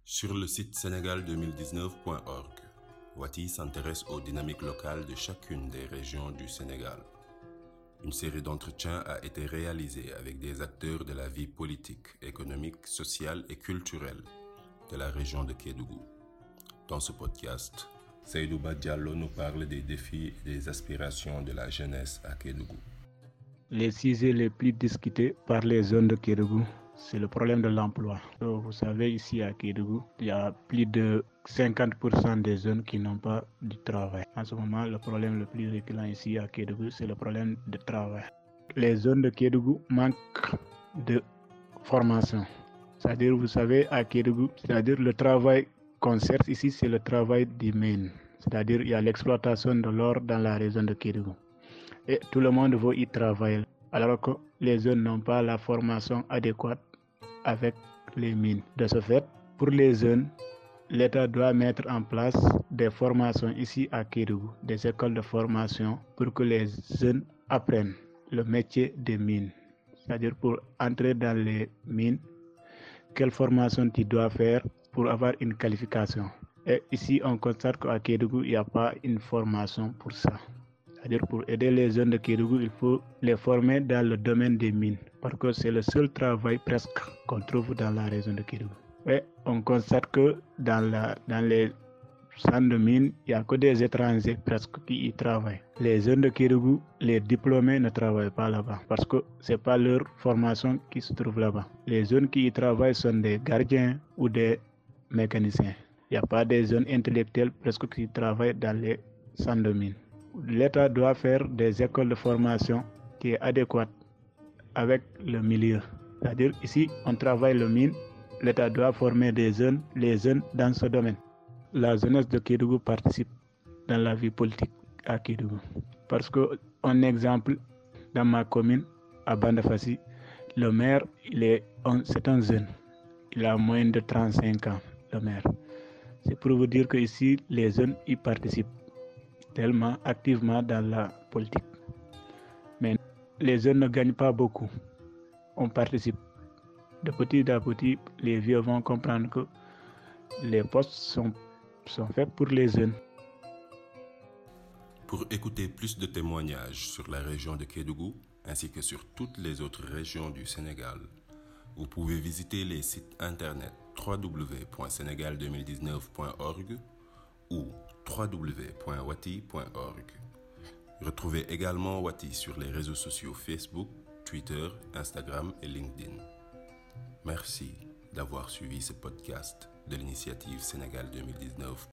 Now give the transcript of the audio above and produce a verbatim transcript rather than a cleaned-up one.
Sur le site sénégal deux mille dix-neuf point org, Wati s'intéresse aux dynamiques locales de chacune des régions du Sénégal. Une série d'entretiens a été réalisée avec des acteurs de la vie politique, économique, sociale et culturelle de la région de Kédougou. Dans ce podcast, Seydou Diallo nous parle des défis et des aspirations de la jeunesse à Kédougou. Les sujets les plus discutés par les zones de Kédougou, c'est le problème de l'emploi. Vous savez, ici à Kédougou, il y a plus de cinquante pour cent des jeunes qui n'ont pas de travail. En ce moment, le problème le plus récurrent ici à Kédougou, c'est le problème de travail. Les zones de Kédougou manquent de formation. C'est-à-dire, vous savez, à Kédougou, c'est-à-dire le travail qu'on cherche ici, c'est le travail des mines. C'est-à-dire, il y a l'exploitation de l'or dans la région de Kédougou. Et tout le monde veut y travailler, alors que les jeunes n'ont pas la formation adéquate avec les mines. De ce fait, pour les jeunes, l'État doit mettre en place des formations ici à Kédougou, des écoles de formation pour que les jeunes apprennent le métier des mines. C'est-à-dire pour entrer dans les mines, quelle formation tu dois faire pour avoir une qualification. Et ici, on constate qu'à Kédougou, il n'y a pas une formation pour ça. C'est-à-dire pour aider les jeunes de Kédougou, il faut les former dans le domaine des mines, parce que c'est le seul travail presque qu'on trouve dans la région de Kédougou. Et on constate que dans, la, dans les centres de mines, il n'y a que des étrangers presque qui y travaillent. Les jeunes de Kédougou, les diplômés ne travaillent pas là-bas, parce que ce n'est pas leur formation qui se trouve là-bas. Les jeunes qui y travaillent sont des gardiens ou des mécaniciens. Il n'y a pas des jeunes intellectuels presque qui travaillent dans les centres de mines. L'État doit faire des écoles de formation qui est adéquate avec le milieu. C'est-à-dire ici, on travaille le mine, l'État doit former des jeunes, les jeunes dans ce domaine. La jeunesse de Kédougou participe dans la vie politique à Kédougou. Parce que, un exemple, dans ma commune, à Bandafassi, le maire, il est un, c'est un jeune. Il a moins de trente-cinq ans, le maire. C'est pour vous dire que ici, les jeunes y participent tellement activement dans la politique. Mais les jeunes ne gagnent pas beaucoup. On participe. De petit à petit, les vieux vont comprendre que les postes sont, sont faits pour les jeunes. Pour écouter plus de témoignages sur la région de Kédougou, ainsi que sur toutes les autres régions du Sénégal, vous pouvez visiter les sites internet w w w point sénégal deux mille dix-neuf point org ou w w w point wati point org. Retrouvez également Wati sur les réseaux sociaux Facebook, Twitter, Instagram et LinkedIn. Merci d'avoir suivi ce podcast de l'initiative Sénégal deux mille dix-neuf.